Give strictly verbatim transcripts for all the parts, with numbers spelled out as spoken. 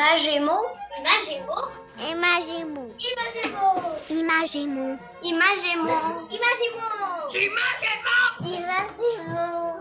Imagemo. Imagemo. Imagemo. Imagemo. Imagemo. Imagemo. Imagemo. Imagemo. Imagemo.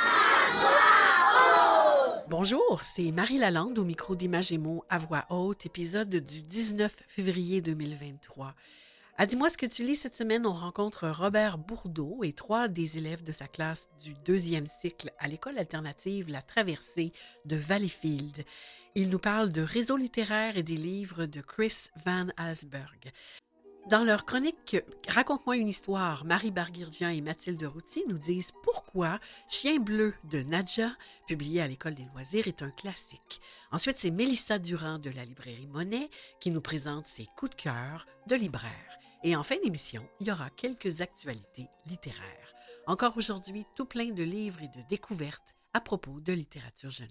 Bonjour, c'est Marie Lalande au micro d'Imagemo à voix haute, épisode du dix-neuf février deux mille vingt-trois. À Dis-moi ce que tu lis cette semaine, on rencontre Robert Bourdeau et trois des élèves de sa classe du deuxième cycle à l'école alternative La Traversée de Valleyfield. Il nous parle de réseau littéraire et des livres de Chris Van Allsburg. Dans leur chronique « Raconte-moi une histoire », Marie Barguirgian et Mathilde Routier nous disent pourquoi Chien bleu de Nadja, publié à l'École des loisirs, est un classique. Ensuite, c'est Mélissa Durand de la librairie Monet qui nous présente ses coups de cœur de libraire. Et en fin d'émission, il y aura quelques actualités littéraires. Encore aujourd'hui, tout plein de livres et de découvertes à propos de littérature jeunesse.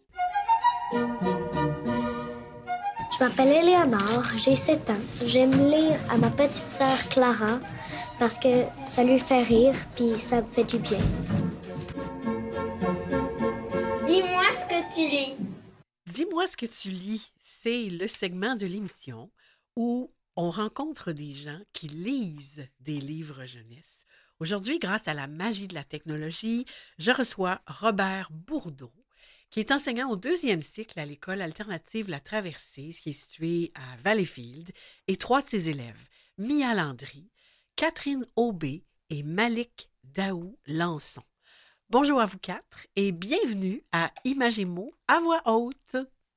Je m'appelle Éléonore, j'ai sept ans. J'aime lire à ma petite sœur Clara parce que ça lui fait rire puis ça me fait du bien. Dis-moi ce que tu lis. Dis-moi ce que tu lis, c'est le segment de l'émission où on rencontre des gens qui lisent des livres jeunesse. Aujourd'hui, grâce à la magie de la technologie, je reçois Robert Bourdeau, qui est enseignant au deuxième cycle à l'école alternative La Traversée, qui est située à Valleyfield, et trois de ses élèves, Mia Landry, Catherine Aubé et Malik Daou Lançon. Bonjour à vous quatre et bienvenue à Imagemo à voix haute.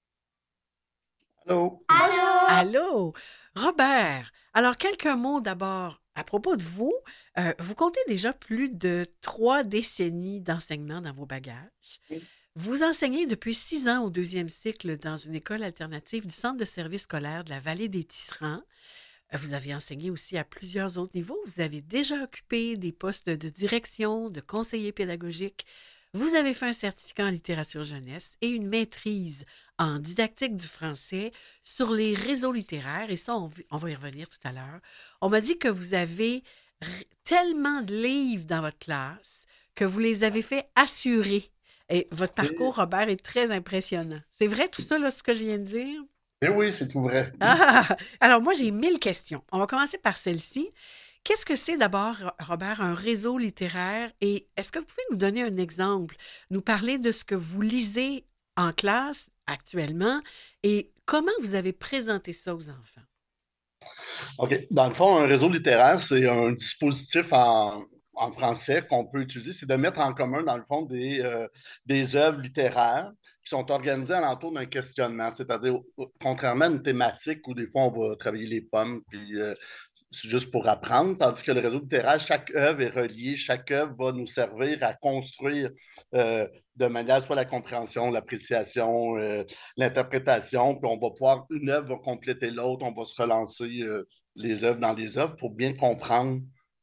Allô. Allô. Allô. Robert, alors quelques mots d'abord à propos de vous. Euh, vous comptez déjà plus de trois décennies d'enseignement dans vos bagages. Oui. Vous enseignez depuis six ans au deuxième cycle dans une école alternative du Centre de service scolaire de la Vallée des Tisserands. Vous avez enseigné aussi à plusieurs autres niveaux. Vous avez déjà occupé des postes de direction, de conseiller pédagogique. Vous avez fait un certificat en littérature jeunesse et une maîtrise en didactique du français sur les réseaux littéraires. Et ça, on, on va y revenir tout à l'heure. On m'a dit que vous avez r- tellement de livres dans votre classe que vous les avez fait assurer. Et votre parcours, Robert, est très impressionnant. C'est vrai tout ça, là, ce que je viens de dire? Eh oui, c'est tout vrai. Ah! Alors, moi, j'ai mille questions. On va commencer par celle-ci. Qu'est-ce que c'est d'abord, Robert, un réseau littéraire? Et est-ce que vous pouvez nous donner un exemple, nous parler de ce que vous lisez en classe actuellement et comment vous avez présenté ça aux enfants? OK. Dans le fond, un réseau littéraire, c'est un dispositif en, en français qu'on peut utiliser. C'est de mettre en commun, dans le fond, des, euh, des œuvres littéraires qui sont organisées alentour d'un questionnement. C'est-à-dire, contrairement à une thématique où des fois, on va travailler les pommes, puis euh, c'est juste pour apprendre, tandis que le réseau littéraire, chaque œuvre est reliée, chaque œuvre va nous servir à construire euh, de manière soit la compréhension, l'appréciation, euh, l'interprétation, puis on va pouvoir, une œuvre va compléter l'autre, on va se relancer euh, les œuvres dans les œuvres pour bien comprendre,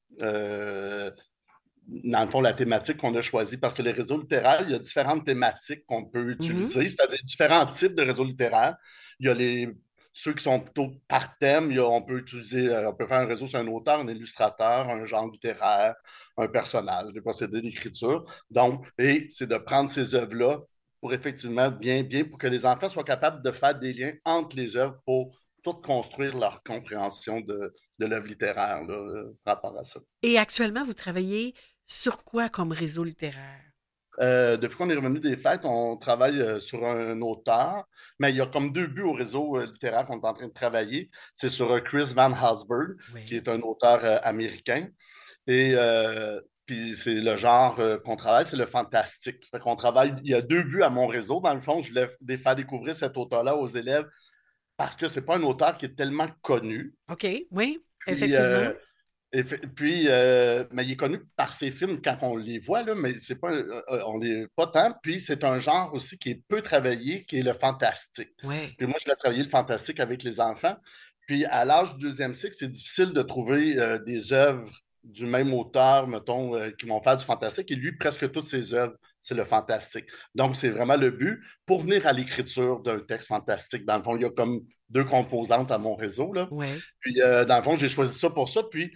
euh, dans le fond, la thématique qu'on a choisie. Parce que les réseaux littéraires, il y a différentes thématiques qu'on peut utiliser, c'est-à-dire différents types de réseaux littéraires. Il y a les ceux qui sont plutôt par thème, il y a- on peut utiliser, euh, on peut faire un réseau sur un auteur, un illustrateur, un genre littéraire, un personnage, des procédés d'écriture. Donc, et c'est de prendre ces œuvres-là pour effectivement bien, bien, pour que les enfants soient capables de faire des liens entre les œuvres pour tout construire leur compréhension de, de l'œuvre littéraire, là, euh, par rapport à ça. Et actuellement, vous travaillez sur quoi comme réseau littéraire? Euh, depuis qu'on est revenu des fêtes, on travaille euh, sur un auteur, mais il y a comme deux buts au réseau euh, littéraire qu'on est en train de travailler. C'est sur euh, Chris Van Allsburg, qui Oui. est un auteur euh, américain. Et euh, puis c'est le genre euh, qu'on travaille, c'est le fantastique. Fait qu'on travaille, il y a deux buts à mon réseau. Dans le fond, je voulais f- faire découvrir cet auteur-là aux élèves parce que c'est pas un auteur qui est tellement connu. OK, oui, Puis, effectivement. euh, et fait- puis, euh, mais il est connu par ses films quand on les voit, là, mais c'est pas, euh, euh, on les pas tant. Puis c'est un genre aussi qui est peu travaillé, qui est le fantastique. Oui. Puis moi, je l'ai travaillé le fantastique avec les enfants. Puis à l'âge du deuxième cycle, c'est difficile de trouver euh, des œuvres du même auteur, mettons, euh, qui vont faire du fantastique. Et lui, presque toutes ses œuvres, c'est le fantastique. Donc, c'est vraiment le but pour venir à l'écriture d'un texte fantastique. Dans le fond, il y a comme deux composantes à mon réseau, là. Oui. Puis, euh, dans le fond, j'ai choisi ça pour ça. Puis,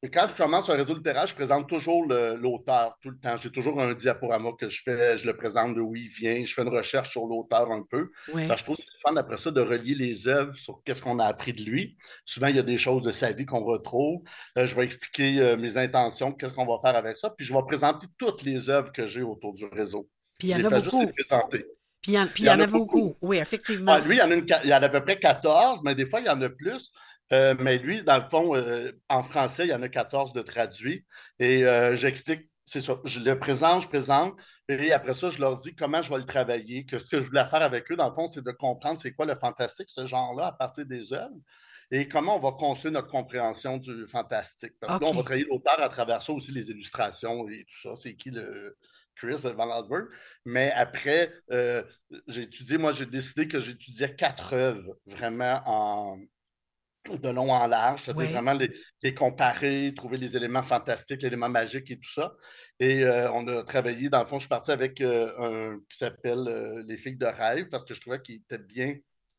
Et quand je commence un réseau littéraire, je présente toujours le- l'auteur tout le temps. J'ai toujours un diaporama que je fais, je le présente de où il vient, je fais une recherche sur l'auteur un peu. Oui. Parce que je trouve que c'est le fun après ça de relier les œuvres sur qu'est-ce qu'on a appris de lui. Souvent, il y a des choses de sa vie qu'on retrouve. Euh, je vais expliquer euh, mes intentions, qu'est-ce qu'on va faire avec ça. Puis je vais présenter toutes les œuvres que j'ai autour du réseau. Puis il y Je en les a fais juste les beaucoup. présenter. Puis il y en, puis il Il y y en en a a beaucoup. beaucoup. Oui, Ah, effectivement. lui, il y en a, une, il y en a à peu près quatorze, mais des fois, il y en a plus. Euh, mais lui, dans le fond, euh, en français, il y en a quatorze de traduits. Et euh, j'explique, c'est ça, je le présente, je présente, et après ça, je leur dis comment je vais le travailler, que ce que je voulais faire avec eux, dans le fond, c'est de comprendre c'est quoi le fantastique, ce genre-là, à partir des œuvres, et comment on va construire notre compréhension du fantastique. Parce que là, on va OK. travailler l'auteur à travers ça aussi, les illustrations et tout ça. C'est qui le Chris Van Allsburg? Mais après, euh, j'ai étudié, moi, j'ai décidé que j'étudiais quatre œuvres vraiment en, de long en large, c'est-à-dire Oui. vraiment les, les comparer, trouver les éléments fantastiques, l'élément magique et tout ça. Et euh, on a travaillé, dans le fond, je suis parti avec euh, un qui s'appelle euh, Les filles de rêve parce que je trouvais qu'il était bien,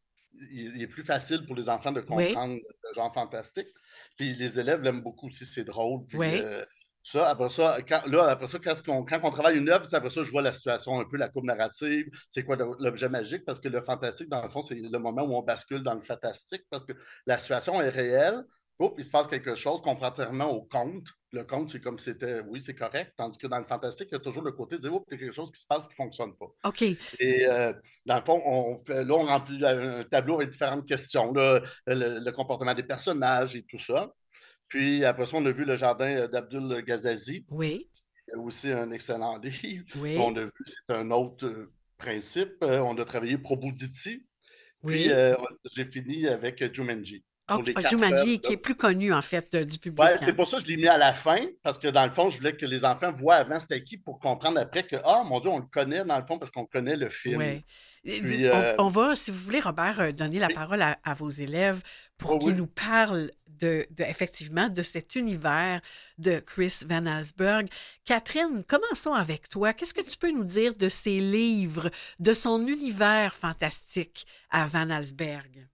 il, il est plus facile pour les enfants de Oui. comprendre le genre fantastique. Puis les élèves l'aiment beaucoup aussi, c'est drôle. Puis Oui. euh, ça, après ça, quand, là, après ça, quand on, quand on travaille une œuvre, c'est après ça, je vois la situation un peu, la courbe narrative, c'est quoi le- l'objet magique, parce que le fantastique, dans le fond, c'est le moment où on bascule dans le fantastique, parce que la situation est réelle, oups, il se passe quelque chose, contrairement au conte. Le conte, c'est comme si c'était, oui, c'est correct, tandis que dans le fantastique, il y a toujours le côté de dire, oups, il y a quelque chose qui se passe qui ne fonctionne pas. OK. Et euh, dans le fond, on fait, là, on remplit un tableau avec différentes questions, là, le, le comportement des personnages et tout ça. Puis après ça, on a vu Le Jardin d'Abdul Ghazazi, Oui. qui est aussi un excellent livre. On Oui. a vu, c'est un autre euh, principe. Euh, on a travaillé Probuditi. Puis Oui. euh, j'ai fini avec Jumanji pour OK. les Ah, quatre Jumanji, qui est œuvres. plus connu, en fait, euh, du Ouais, public, c'est hein? pour ça que je l'ai mis à la fin, parce que dans le fond, je voulais que les enfants voient avant c'était qui pour comprendre après que, ah, mon Dieu, on le connaît dans le fond parce qu'on connaît le film. Oui. Puis, On, euh, on va, si vous voulez, Robert, euh, donner la oui, parole à, à vos élèves pour oui, qu'ils oui. nous parlent de, de- effectivement, de cet univers de Chris Van Allsburg. Catherine, commençons avec toi. Qu'est-ce que tu peux nous dire de ses livres, de son univers fantastique à Van Allsburg?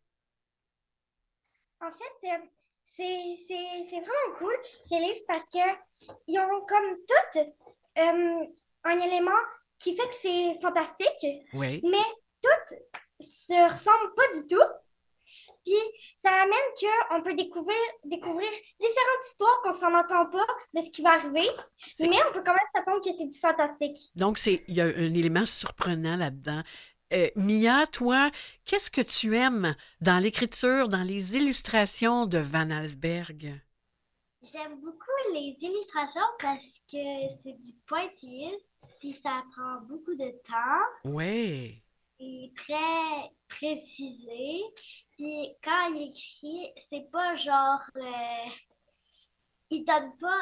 En fait, euh, c'est c'est- c'est vraiment cool, ces livres, parce que ils ont comme tout euh, un élément qui fait que c'est fantastique, Oui. mais tout se ressemble pas du tout. Puis ça amène qu'on peut découvrir, découvrir différentes histoires qu'on s'en entend pas de ce qui va arriver, C'est- mais on peut quand même s'attendre que c'est du fantastique. Donc, c'est, il y a un élément surprenant là-dedans. Euh, Mia, toi, qu'est-ce que tu aimes dans l'écriture, dans les illustrations de Van Allsburg? J'aime beaucoup les illustrations parce que c'est du pointilliste, puis ça prend beaucoup de temps Oui. et très précisé. Puis quand il écrit, c'est pas genre, euh, il donne pas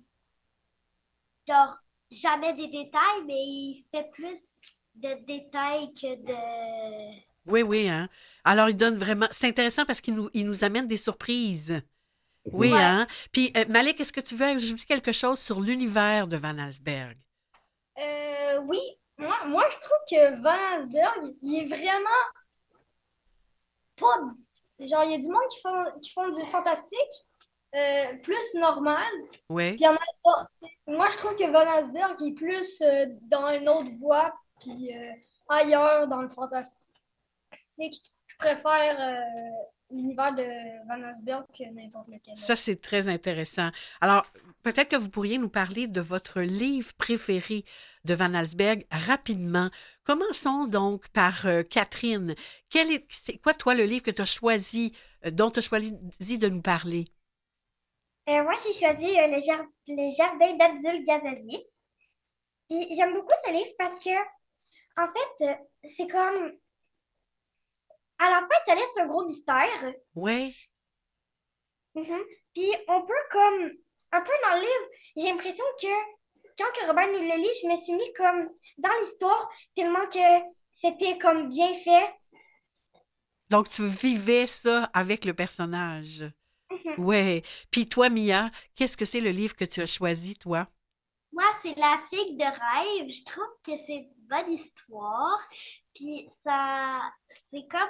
genre jamais des détails, mais il fait plus de détails que de... Oui, oui, hein. Alors, il donne vraiment. C'est intéressant parce qu'il nous, il nous amène des surprises. Oui, Mhm. Ouais. hein. Puis, euh, Malik, est-ce que tu veux ajouter quelque chose sur l'univers de Van Allsburg? Euh, oui, moi, moi je trouve que Van Allsburg, il est vraiment pas. Genre, il y a du monde qui font, qui font du fantastique euh, plus normal. Oui. Puis il y en a pas. Moi, je trouve que Van Allsburg est plus euh, dans une autre voie, puis euh, ailleurs dans le fantastique. Je préfère euh, l'univers de Van Allsburg que n'importe lequel Ça, autre. c'est très intéressant. Alors, peut-être que vous pourriez nous parler de votre livre préféré de Van Allsburg rapidement. Commençons donc par euh, Catherine. Quel est, c'est quoi, toi, le livre que tu as choisi, euh, dont tu as choisi de nous parler? Euh, moi, j'ai choisi euh, les, jar- les Jardins d'Abdul Ghazazi. Puis j'aime beaucoup ce livre parce que, en fait, euh, c'est comme. À la fin, ça laisse un gros mystère. Oui. Mhm. Puis on peut comme. Un peu dans le livre, j'ai l'impression que quand que Robert nous le lit, je me suis mis comme dans l'histoire tellement que c'était comme bien fait. Donc, tu vivais ça avec le personnage. Mhm. Oui. Puis toi, Mia, qu'est-ce que c'est le livre que tu as choisi, toi? Moi, c'est La figue de rêve. Je trouve que c'est une bonne histoire. Puis ça, c'est comme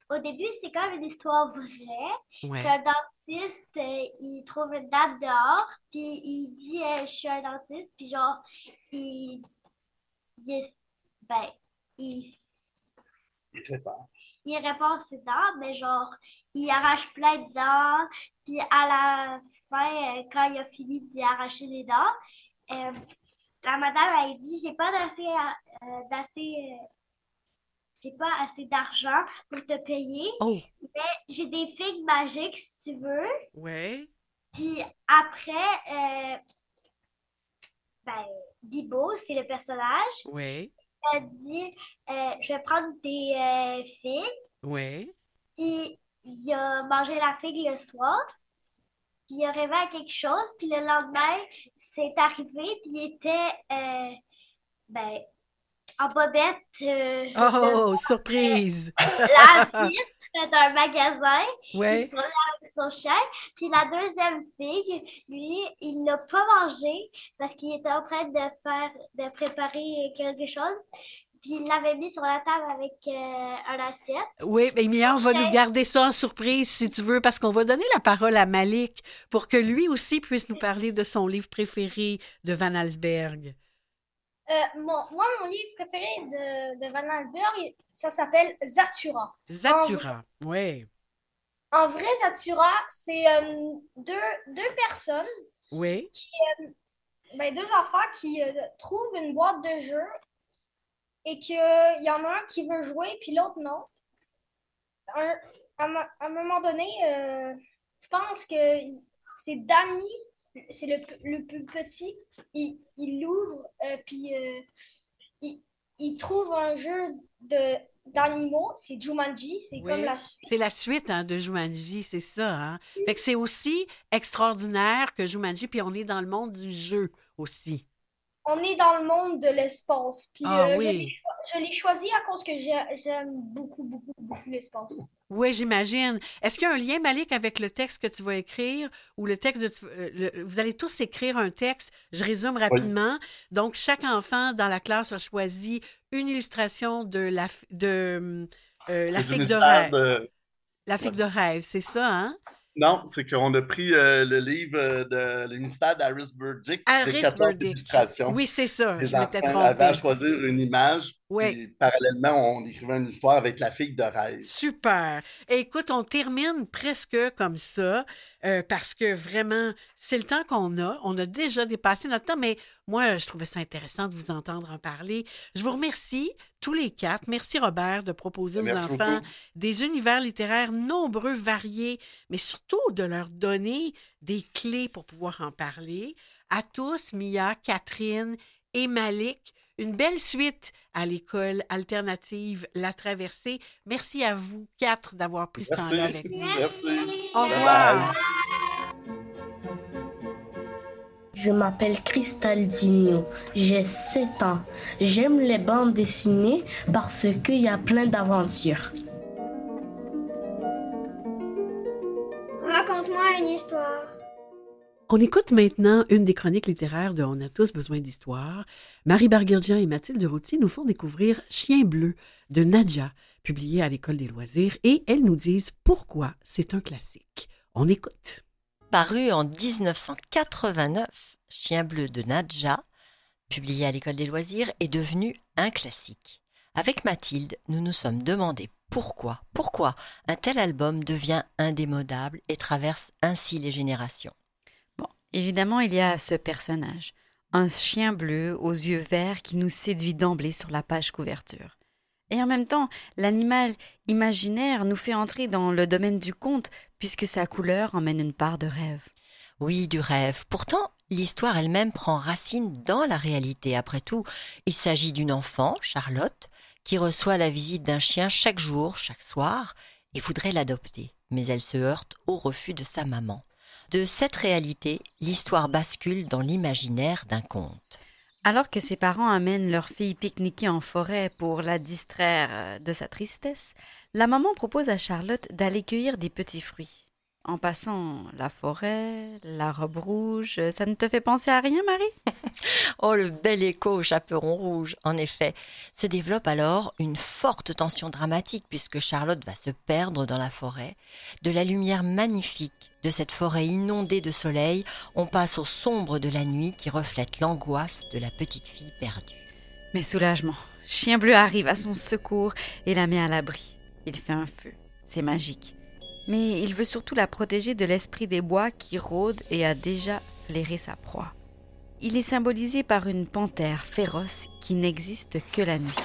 au début, c'est comme une histoire vraie. Ouais. Qu'un dentiste, euh, il trouve une dame dehors, puis il dit euh, je suis un dentiste, puis genre, il, il, est- ben, il, Il fait peur. il répare ses dents, mais genre, il arrache plein de dents, puis à la fin, euh, quand il a fini d'y arracher les dents, euh, la madame, elle dit j'ai pas d'assez, euh, d'assez, euh, j'ai pas assez d'argent pour te payer, Oh, mais j'ai des figues magiques si tu veux. ouais, Puis après, euh, ben, Bibo, c'est le personnage, ouais, a dit euh, je vais prendre tes euh, figues. ouais. Puis il a mangé la figue le soir. Puis il a rêvé à quelque chose. Puis le lendemain, c'est arrivé. Puis il était euh, ben, en bobette euh, Oh, devant surprise! la vitre d'un magasin. Il se Ouais. promenait avec son chien. Puis la deuxième figue, lui, il l'a pas mangé parce qu'il était en train de faire, de préparer quelque chose. Puis il l'avait mis sur la table avec euh, un assiette. Oui, mais Mia, on Son va nous chien, garder ça en surprise si tu veux, parce qu'on va donner la parole à Malik pour que lui aussi puisse nous parler de son livre préféré de Van Allsburg. Euh, mon- moi, mon livre préféré de, de Van Allsburg, ça s'appelle Zathura. Zathura, oui, En vrai, Zathura, c'est euh, deux, deux personnes, oui, ben, deux enfants qui euh, trouvent une boîte de jeu et qu'il y en a un qui veut jouer puis l'autre non. Un- à, mo- à un moment donné, euh, je pense que c'est Danny, c'est le, p- le plus petit, il il l'ouvre euh, puis euh, il, il trouve un jeu de d'animaux, c'est Jumanji, c'est comme oui. la suite. C'est la suite hein, de Jumanji, c'est ça. Hein? Fait que c'est aussi extraordinaire que Jumanji, puis on est dans le monde du jeu aussi. On est dans le monde de l'espace. Puis Ah euh, je l'ai oui. cho- je l'ai choisi à cause que j'ai- j'aime beaucoup, beaucoup, beaucoup l'espace. Oui, j'imagine. Est-ce qu'il y a un lien, Malik, avec le texte que tu vas écrire ou le texte de... tu- euh, le- vous allez tous écrire un texte. Je résume Oui. rapidement. Donc, chaque enfant dans la classe a choisi une illustration de la, f- de, euh, la C'est du figue de mystère rêve. de. La Ouais. figue de rêve, c'est ça, hein? Non, c'est qu'on a pris euh, le livre euh, de Le mystère d'Aris Burdick, c'est Harris quatorze Burdick. illustrations. Oui, c'est ça. Les Je m'étais enfants avaient à trompée. choisir une image, Oui. puis parallèlement, on écrivait une histoire avec la fille de rêve. Super. Écoute, on termine presque comme ça euh, parce que vraiment, c'est le temps qu'on a. On a déjà dépassé notre temps, mais moi, je trouvais ça intéressant de vous entendre en parler. Je vous remercie tous les quatre. Merci Robert de proposer aux Merci enfants beaucoup. des univers littéraires nombreux, variés, mais surtout de leur donner des clés pour pouvoir en parler. À tous, Mia, Catherine et Malik, une belle suite à l'école alternative La Traversée. Merci à vous quatre d'avoir pris ce Merci. temps-là avec nous. Merci. Au Bye revoir. bye. Je m'appelle Cristaldinho, j'ai sept ans. J'aime les bandes dessinées parce qu'il y a plein d'aventures. Raconte-moi une histoire. On écoute maintenant une des chroniques littéraires de On a tous besoin d'histoire. Marie Barguirgian et Mathilde Routier nous font découvrir Chien bleu de Nadja, publié à l'École des loisirs, et elles nous disent pourquoi c'est un classique. On écoute. Paru en dix-neuf cent quatre-vingt-neuf, Chien bleu de Nadja, publié à l'École des loisirs, est devenu un classique. Avec Mathilde, nous nous sommes demandé pourquoi, pourquoi un tel album devient indémodable et traverse ainsi les générations. Bon, évidemment, il y a ce personnage, un chien bleu aux yeux verts qui nous séduit d'emblée sur la page couverture. Et en même temps, l'animal imaginaire nous fait entrer dans le domaine du conte, puisque sa couleur emmène une part de rêve. Oui, du rêve. Pourtant, l'histoire elle-même prend racine dans la réalité. Après tout, il s'agit d'une enfant, Charlotte, qui reçoit la visite d'un chien chaque jour, chaque soir, et voudrait l'adopter. Mais elle se heurte au refus de sa maman. De cette réalité, l'histoire bascule dans l'imaginaire d'un conte. Alors que ses parents amènent leur fille pique-niquer en forêt pour la distraire de sa tristesse, la maman propose à Charlotte d'aller cueillir des petits fruits. En passant, la forêt, la robe rouge, ça ne te fait penser à rien, Marie? Oh, le bel écho au chaperon rouge, en effet. Se développe alors une forte tension dramatique puisque Charlotte va se perdre dans la forêt. De la lumière magnifique de cette forêt inondée de soleil, on passe au sombre de la nuit qui reflète l'angoisse de la petite fille perdue. Mais soulagement, Chien Bleu arrive à son secours et la met à l'abri. Il fait un feu, c'est magique. Mais il veut surtout la protéger de l'esprit des bois qui rôde et a déjà flairé sa proie. Il est symbolisé par une panthère féroce qui n'existe que la nuit.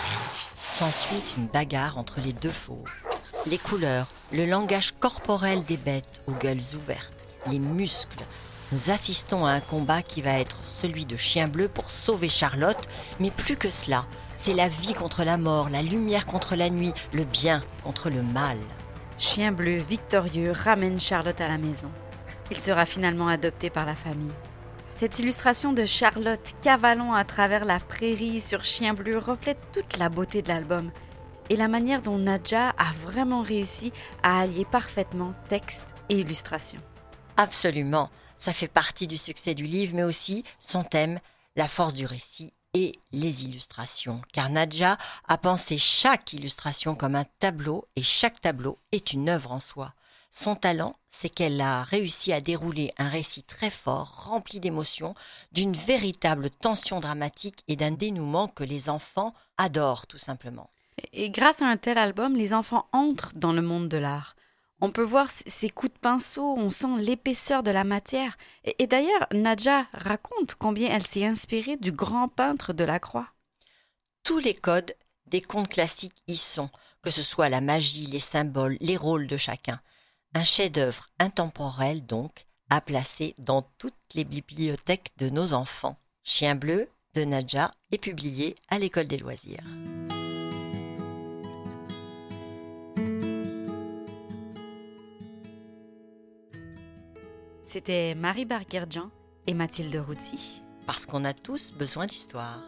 S'ensuit une bagarre entre les deux fauves. Les couleurs, le langage corporel des bêtes aux gueules ouvertes, les muscles. Nous assistons à un combat qui va être celui de Chien Bleu pour sauver Charlotte, mais plus que cela, c'est la vie contre la mort, la lumière contre la nuit, le bien contre le mal. Chien Bleu, victorieux, ramène Charlotte à la maison. Il sera finalement adopté par la famille. Cette illustration de Charlotte cavalant à travers la prairie sur Chien Bleu reflète toute la beauté de l'album et la manière dont Nadja a vraiment réussi à allier parfaitement texte et illustration. Absolument, ça fait partie du succès du livre, mais aussi son thème, la force du récit et les illustrations, car Nadja a pensé chaque illustration comme un tableau et chaque tableau est une œuvre en soi. Son talent, c'est qu'elle a réussi à dérouler un récit très fort, rempli d'émotions, d'une véritable tension dramatique et d'un dénouement que les enfants adorent tout simplement. Et grâce à un tel album, les enfants entrent dans le monde de l'art. On peut voir ses coups de pinceau, on sent l'épaisseur de la matière. Et, et d'ailleurs, Nadja raconte combien elle s'est inspirée du grand peintre Delacroix. Tous les codes des contes classiques y sont, que ce soit la magie, les symboles, les rôles de chacun. Un chef-d'œuvre intemporel donc, à placer dans toutes les bibliothèques de nos enfants. Chien Bleu de Nadja est publié à l'École des loisirs. C'était Marie Barguerdjan et Mathilde Routy. Parce qu'on a tous besoin d'histoire.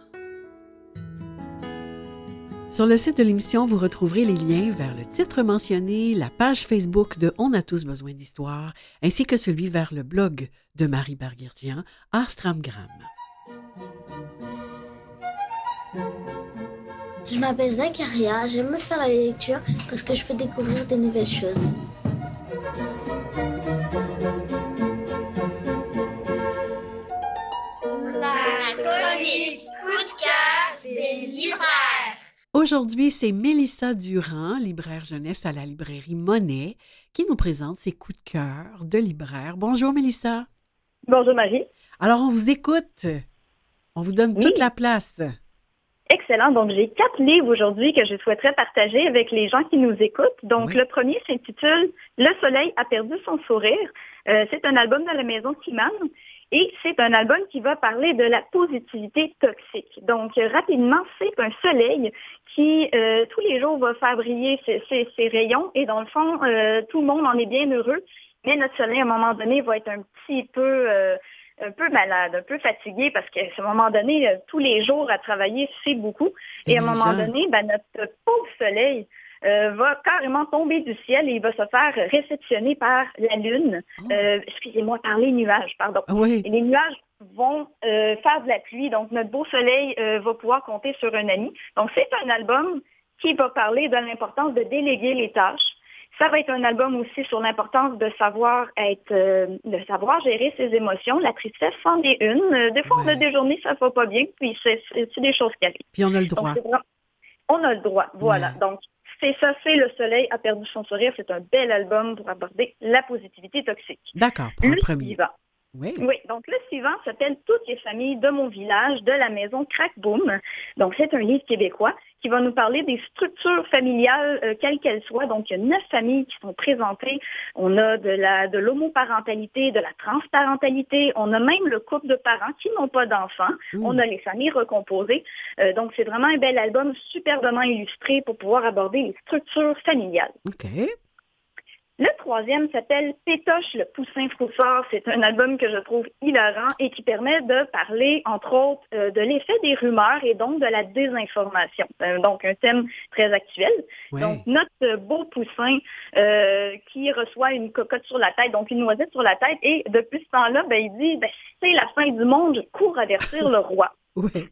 Sur le site de l'émission, vous retrouverez les liens vers le titre mentionné, la page Facebook de On a tous besoin d'histoire, ainsi que celui vers le blog de Marie Barguerdjan, Arstramgram. Je m'appelle Zacharia, j'aime faire la lecture parce que je peux découvrir de nouvelles choses. La chronique coup de cœur des libraires. Aujourd'hui, c'est Mélissa Durand, libraire jeunesse à la librairie Monet, qui nous présente ses coups de cœur de libraire. Bonjour Mélissa. Bonjour Marie. Alors, on vous écoute. On vous donne oui. toute la place. Excellent. Donc, j'ai quatre livres aujourd'hui que je souhaiterais partager avec les gens qui nous écoutent. Donc, oui. le premier s'intitule « Le soleil a perdu son sourire ». Euh, c'est un album de la maison Kiman. Et c'est un album qui va parler de la positivité toxique. Donc, euh, rapidement, c'est un soleil qui, euh, tous les jours, va faire briller ses, ses, ses rayons. Et dans le fond, euh, tout le monde en est bien heureux. Mais notre soleil, à un moment donné, va être un petit peu, euh, un peu malade, un peu fatigué, parce qu'à ce moment donné, euh, tous les jours à travailler, c'est beaucoup. Et à un moment donné, ben, notre pauvre soleil Euh, va carrément tomber du ciel et il va se faire réceptionner par la Lune, oh. euh, excusez-moi, par les nuages, pardon. Oui. Et les nuages vont euh, faire de la pluie, donc notre beau soleil euh, va pouvoir compter sur un ami. Donc c'est un album qui va parler de l'importance de déléguer les tâches. Ça va être un album aussi sur l'importance de savoir être, euh, de savoir gérer ses émotions. La tristesse, c'en est une. Euh, des fois, ouais. on a des journées, ça va pas bien, puis c'est, c'est, c'est des choses qui arrivent. Puis on a le droit. Donc, vraiment, on a le droit, voilà. Ouais. Donc, c'est ça, c'est Le soleil a perdu son sourire. C'est un bel album pour aborder la positivité toxique. D'accord, pour le, le premier. Suivant. Oui. oui, donc le suivant s'appelle « Toutes les familles de mon village » de la maison Crackboom. Donc, c'est un livre québécois qui va nous parler des structures familiales, euh, quelles qu'elles soient. Donc, il y a neuf familles qui sont présentées. On a de la de l'homoparentalité, de la transparentalité. On a même le couple de parents qui n'ont pas d'enfants. Mmh. On a les familles recomposées. Euh, donc, c'est vraiment un bel album superbement illustré pour pouvoir aborder les structures familiales. OK. Le troisième s'appelle Pétoche le poussin froussard. C'est un album que je trouve hilarant et qui permet de parler, entre autres, euh, de l'effet des rumeurs et donc de la désinformation. Euh, donc, un thème très actuel. Ouais. Donc, notre beau poussin euh, qui reçoit une cocotte sur la tête, donc une noisette sur la tête, et depuis ce temps-là, ben, il dit ben, « c'est la fin du monde, je cours avertir le roi ». Ouais.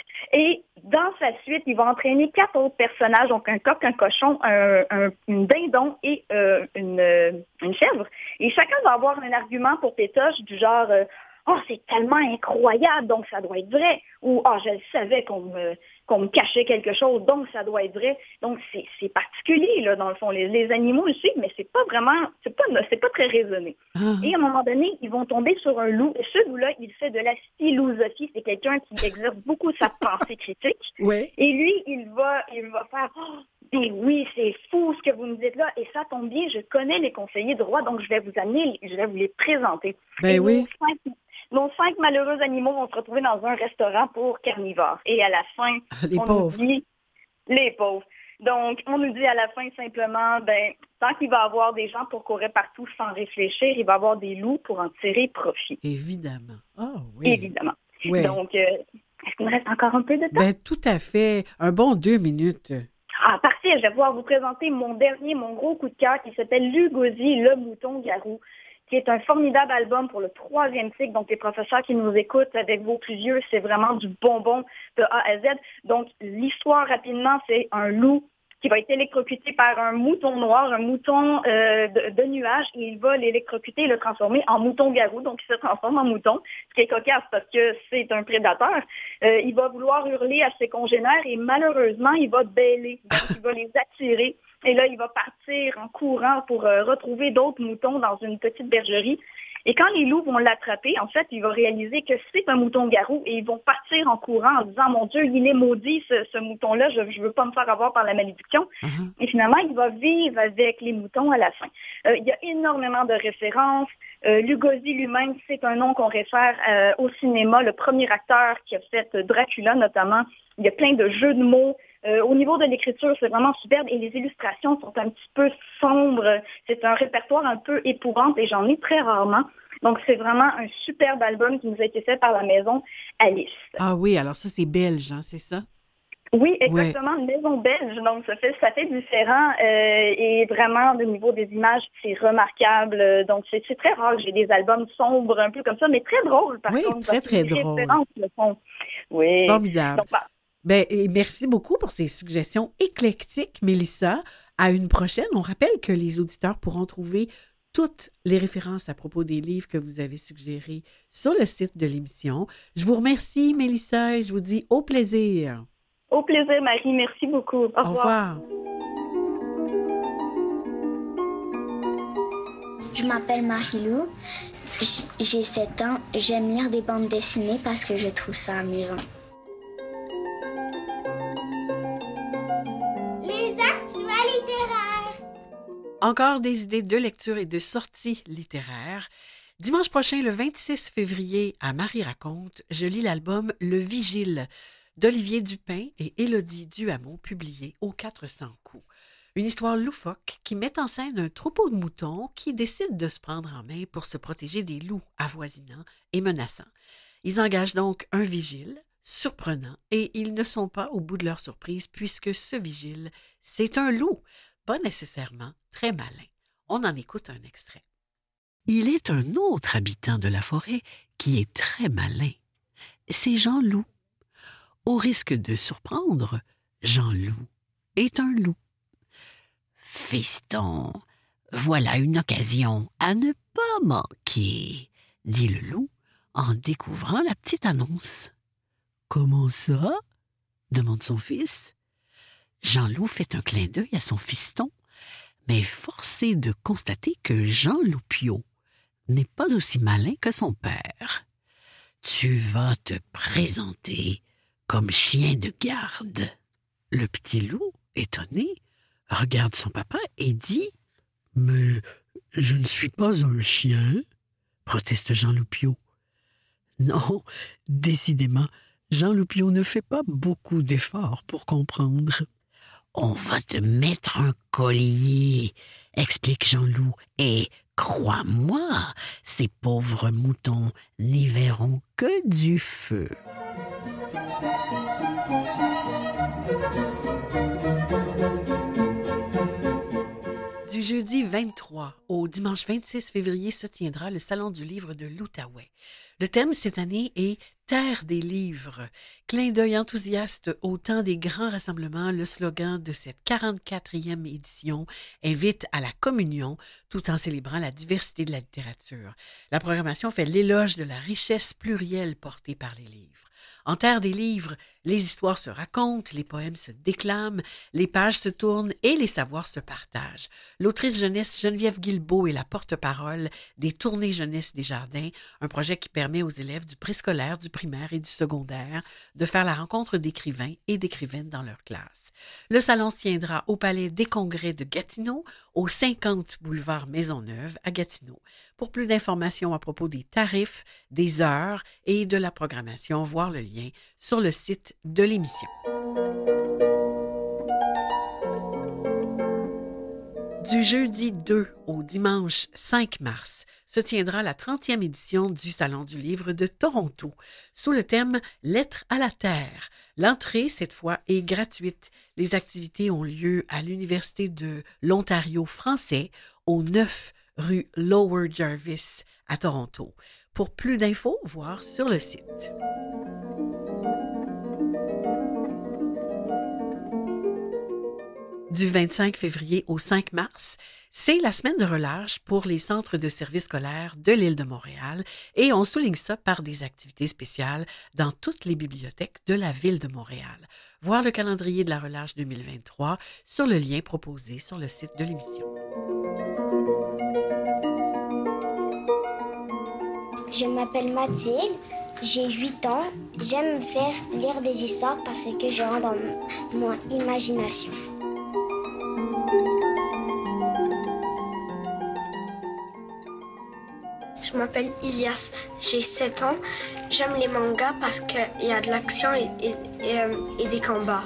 Et dans sa suite, il va entraîner quatre autres personnages, donc un coq, un cochon, un, un une dindon et euh, une, euh, une chèvre. Et chacun va avoir un argument pour Pétoche du genre euh, « Oh, c'est tellement incroyable, donc ça doit être vrai » ou « Oh, je savais qu'on me, qu'on me cachait quelque chose, donc ça doit être vrai ». Donc, c'est, c'est particulier, là, dans le fond. Les, les animaux le suivent, mais c'est pas vraiment, c'est pas, c'est pas très raisonné. Ah. Et à un moment donné, ils vont tomber sur un loup. Et ce loup-là, il fait de la philosophie. C'est quelqu'un qui exerce beaucoup sa pensée critique. Ouais. Et lui, il va, il va faire oh, « Ben oui, c'est fou ce que vous me dites là. Et ça tombe bien, je connais les conseillers du roi, donc je vais vous amener, je vais vous les présenter. » Ben Et oui. nos cinq, nos cinq malheureux animaux vont se retrouver dans un restaurant pour carnivores. Et à la fin, Les on pauvres. nous dit « Les pauvres ». Donc, on nous dit à la fin simplement, ben, tant qu'il va y avoir des gens pour courir partout sans réfléchir, il va y avoir des loups pour en tirer profit. Évidemment. Ah oui. Évidemment. Ouais. Donc, euh, est-ce qu'il me reste encore un peu de temps? Ben, tout à fait. Un bon deux minutes. Ah, parfait. Je vais pouvoir vous présenter mon dernier, mon gros coup de cœur qui s'appelle Lugosi, le mouton-garou, qui est un formidable album pour le troisième cycle. Donc, les professeurs qui nous écoutent avec vos plus vieux, c'est vraiment du bonbon de A à Z. Donc, l'histoire, rapidement, c'est un loup qui va être électrocuté par un mouton noir, un mouton euh, de, de nuage, et il va l'électrocuter et le transformer en mouton-garou. Donc, il se transforme en mouton, ce qui est cocasse parce que c'est un prédateur. Euh, il va vouloir hurler à ses congénères et malheureusement, il va bêler. Donc, il va les attirer. Et là, il va partir en courant pour euh, retrouver d'autres moutons dans une petite bergerie. Et quand les loups vont l'attraper, en fait, il va réaliser que c'est un mouton-garou et ils vont partir en courant en disant « Mon Dieu, il est maudit, ce, ce mouton-là, je ne veux pas me faire avoir par la malédiction. Uh-huh. » Et finalement, il va vivre avec les moutons à la fin. Euh, il y a énormément de références. Euh, Lugosi lui-même, c'est un nom qu'on réfère euh, au cinéma. Le premier acteur qui a fait Dracula, notamment. Il y a plein de jeux de mots. Euh, au niveau de l'écriture, c'est vraiment superbe et les illustrations sont un petit peu sombres. C'est un répertoire un peu épouvante et j'en ai très rarement. Donc, c'est vraiment un superbe album qui nous a été fait par la maison Alice. Ah oui, alors ça, c'est belge, hein, c'est ça? Oui, exactement, une maison belge, donc ça fait ça fait différent euh, et vraiment au niveau des images, c'est remarquable. Donc c'est, c'est très rare que j'ai des albums sombres un peu comme ça, mais très drôles par oui, contre. Oui, très, très drôle. Le fond. Oui. Formidable. Donc, bah, ben, et merci beaucoup pour ces suggestions éclectiques, Mélissa. À une prochaine, on rappelle que les auditeurs pourront trouver toutes les références à propos des livres que vous avez suggérés sur le site de l'émission. Je vous remercie, Mélissa, et je vous dis au plaisir. Au plaisir, Marie. Merci beaucoup. Au revoir. Au revoir. Je m'appelle Marie-Lou. J'ai sept ans. J'aime lire des bandes dessinées parce que je trouve ça amusant. Les actuels littéraires. Encore des idées de lecture et de sorties littéraires. Dimanche prochain, le vingt-six février, à Marie raconte, je lis l'album Le Vigile d'Olivier Dupin et Élodie Duhamel, publié aux quatre cents coups. Une histoire loufoque qui met en scène un troupeau de moutons qui décide de se prendre en main pour se protéger des loups avoisinants et menaçants. Ils engagent donc un vigile, surprenant, et ils ne sont pas au bout de leur surprise puisque ce vigile, c'est un loup, pas nécessairement très malin. On en écoute un extrait. Il est un autre habitant de la forêt qui est très malin. C'est Jean-Loup. Au risque de surprendre, Jean-Loup est un loup. Fiston, voilà une occasion à ne pas manquer, dit le loup en découvrant la petite annonce. Comment ça? Demande son fils. Jean-Loup fait un clin d'œil à son fiston, mais forcé de constater que Jean Loupio n'est pas aussi malin que son père. Tu vas te présenter comme chien de garde. Le petit loup, étonné, regarde son papa et dit « Mais je ne suis pas un chien », proteste Jean Loupio. Non, décidément, Jean Loupio ne fait pas beaucoup d'efforts pour comprendre. On va te mettre un collier, explique Jean-Loup, et crois-moi, ces pauvres moutons n'y verront que du feu. Du jeudi vingt-trois au dimanche vingt-six février se tiendra le Salon du livre de l'Outaouais. Le thème cette année est « Terre des livres ». Clin d'œil enthousiaste au temps des grands rassemblements, le slogan de cette quarante-quatrième édition invite à la communion tout en célébrant la diversité de la littérature. La programmation fait l'éloge de la richesse plurielle portée par les livres. En Terre des livres, les histoires se racontent, les poèmes se déclament, les pages se tournent et les savoirs se partagent. L'autrice jeunesse Geneviève Guilbeault est la porte-parole des Tournées Jeunesse des Jardins, un projet qui permet aux élèves du préscolaire, du primaire et du secondaire de faire la rencontre d'écrivains et d'écrivaines dans leur classe. Le salon se tiendra au Palais des Congrès de Gatineau, au cinquante boulevard Maisonneuve à Gatineau. Pour plus d'informations à propos des tarifs, des heures et de la programmation, voir le lien sur le site de l'émission. Du jeudi deux au dimanche cinq mars se tiendra la trentième édition du Salon du livre de Toronto, sous le thème « Lettres à la Terre ». L'entrée, cette fois, est gratuite. Les activités ont lieu à l'Université de l'Ontario français, au neuf rue Lower Jarvis à Toronto. Pour plus d'infos, voir sur le site. Du vingt-cinq février au cinq mars, c'est la semaine de relâche pour les centres de services scolaires de l'île de Montréal et on souligne ça par des activités spéciales dans toutes les bibliothèques de la ville de Montréal. Voir le calendrier de la relâche deux mille vingt-trois sur le lien proposé sur le site de l'émission. Je m'appelle Mathilde, j'ai huit ans. J'aime faire lire des histoires parce que je rentre dans mon imagination. Je m'appelle Ilias, j'ai sept ans. J'aime les mangas parce qu'il y a de l'action et, et, et, euh, et des combats.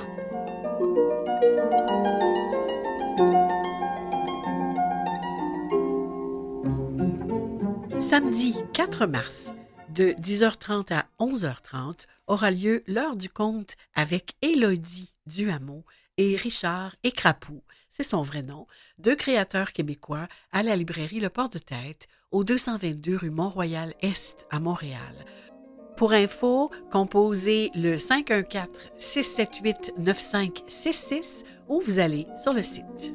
Samedi quatre mars, de dix heures trente à onze heures trente, aura lieu l'heure du conte avec Élodie Duhamel et Richard Écrapou, c'est son vrai nom, deux créateurs québécois à la librairie Le Port de Tête, au deux cent vingt-deux rue Mont-Royal-Est à Montréal. Pour info, composez le cinq un quatre, six sept huit, neuf cinq six six ou vous allez sur le site.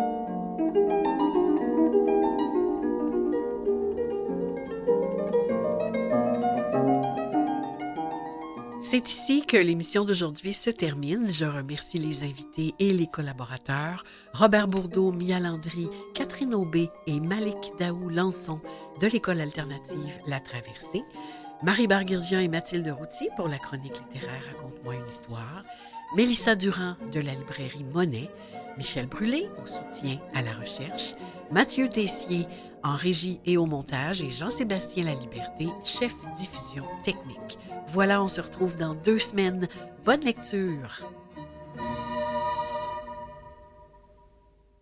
C'est ici que l'émission d'aujourd'hui se termine. Je remercie les invités et les collaborateurs, Robert Bourdeau, Mia Landry, Catherine Aubé et Malik Daou Lançon de l'École alternative La Traversée, Marie Barguirgian et Mathilde Routier pour la chronique littéraire Raconte-moi une histoire, Mélissa Durand de la librairie Monet, Michel Brûlé au soutien à la recherche, Mathieu Tessier en régie et au montage et Jean-Sébastien Laliberté, chef diffusion technique. Voilà, on se retrouve dans deux semaines. Bonne lecture!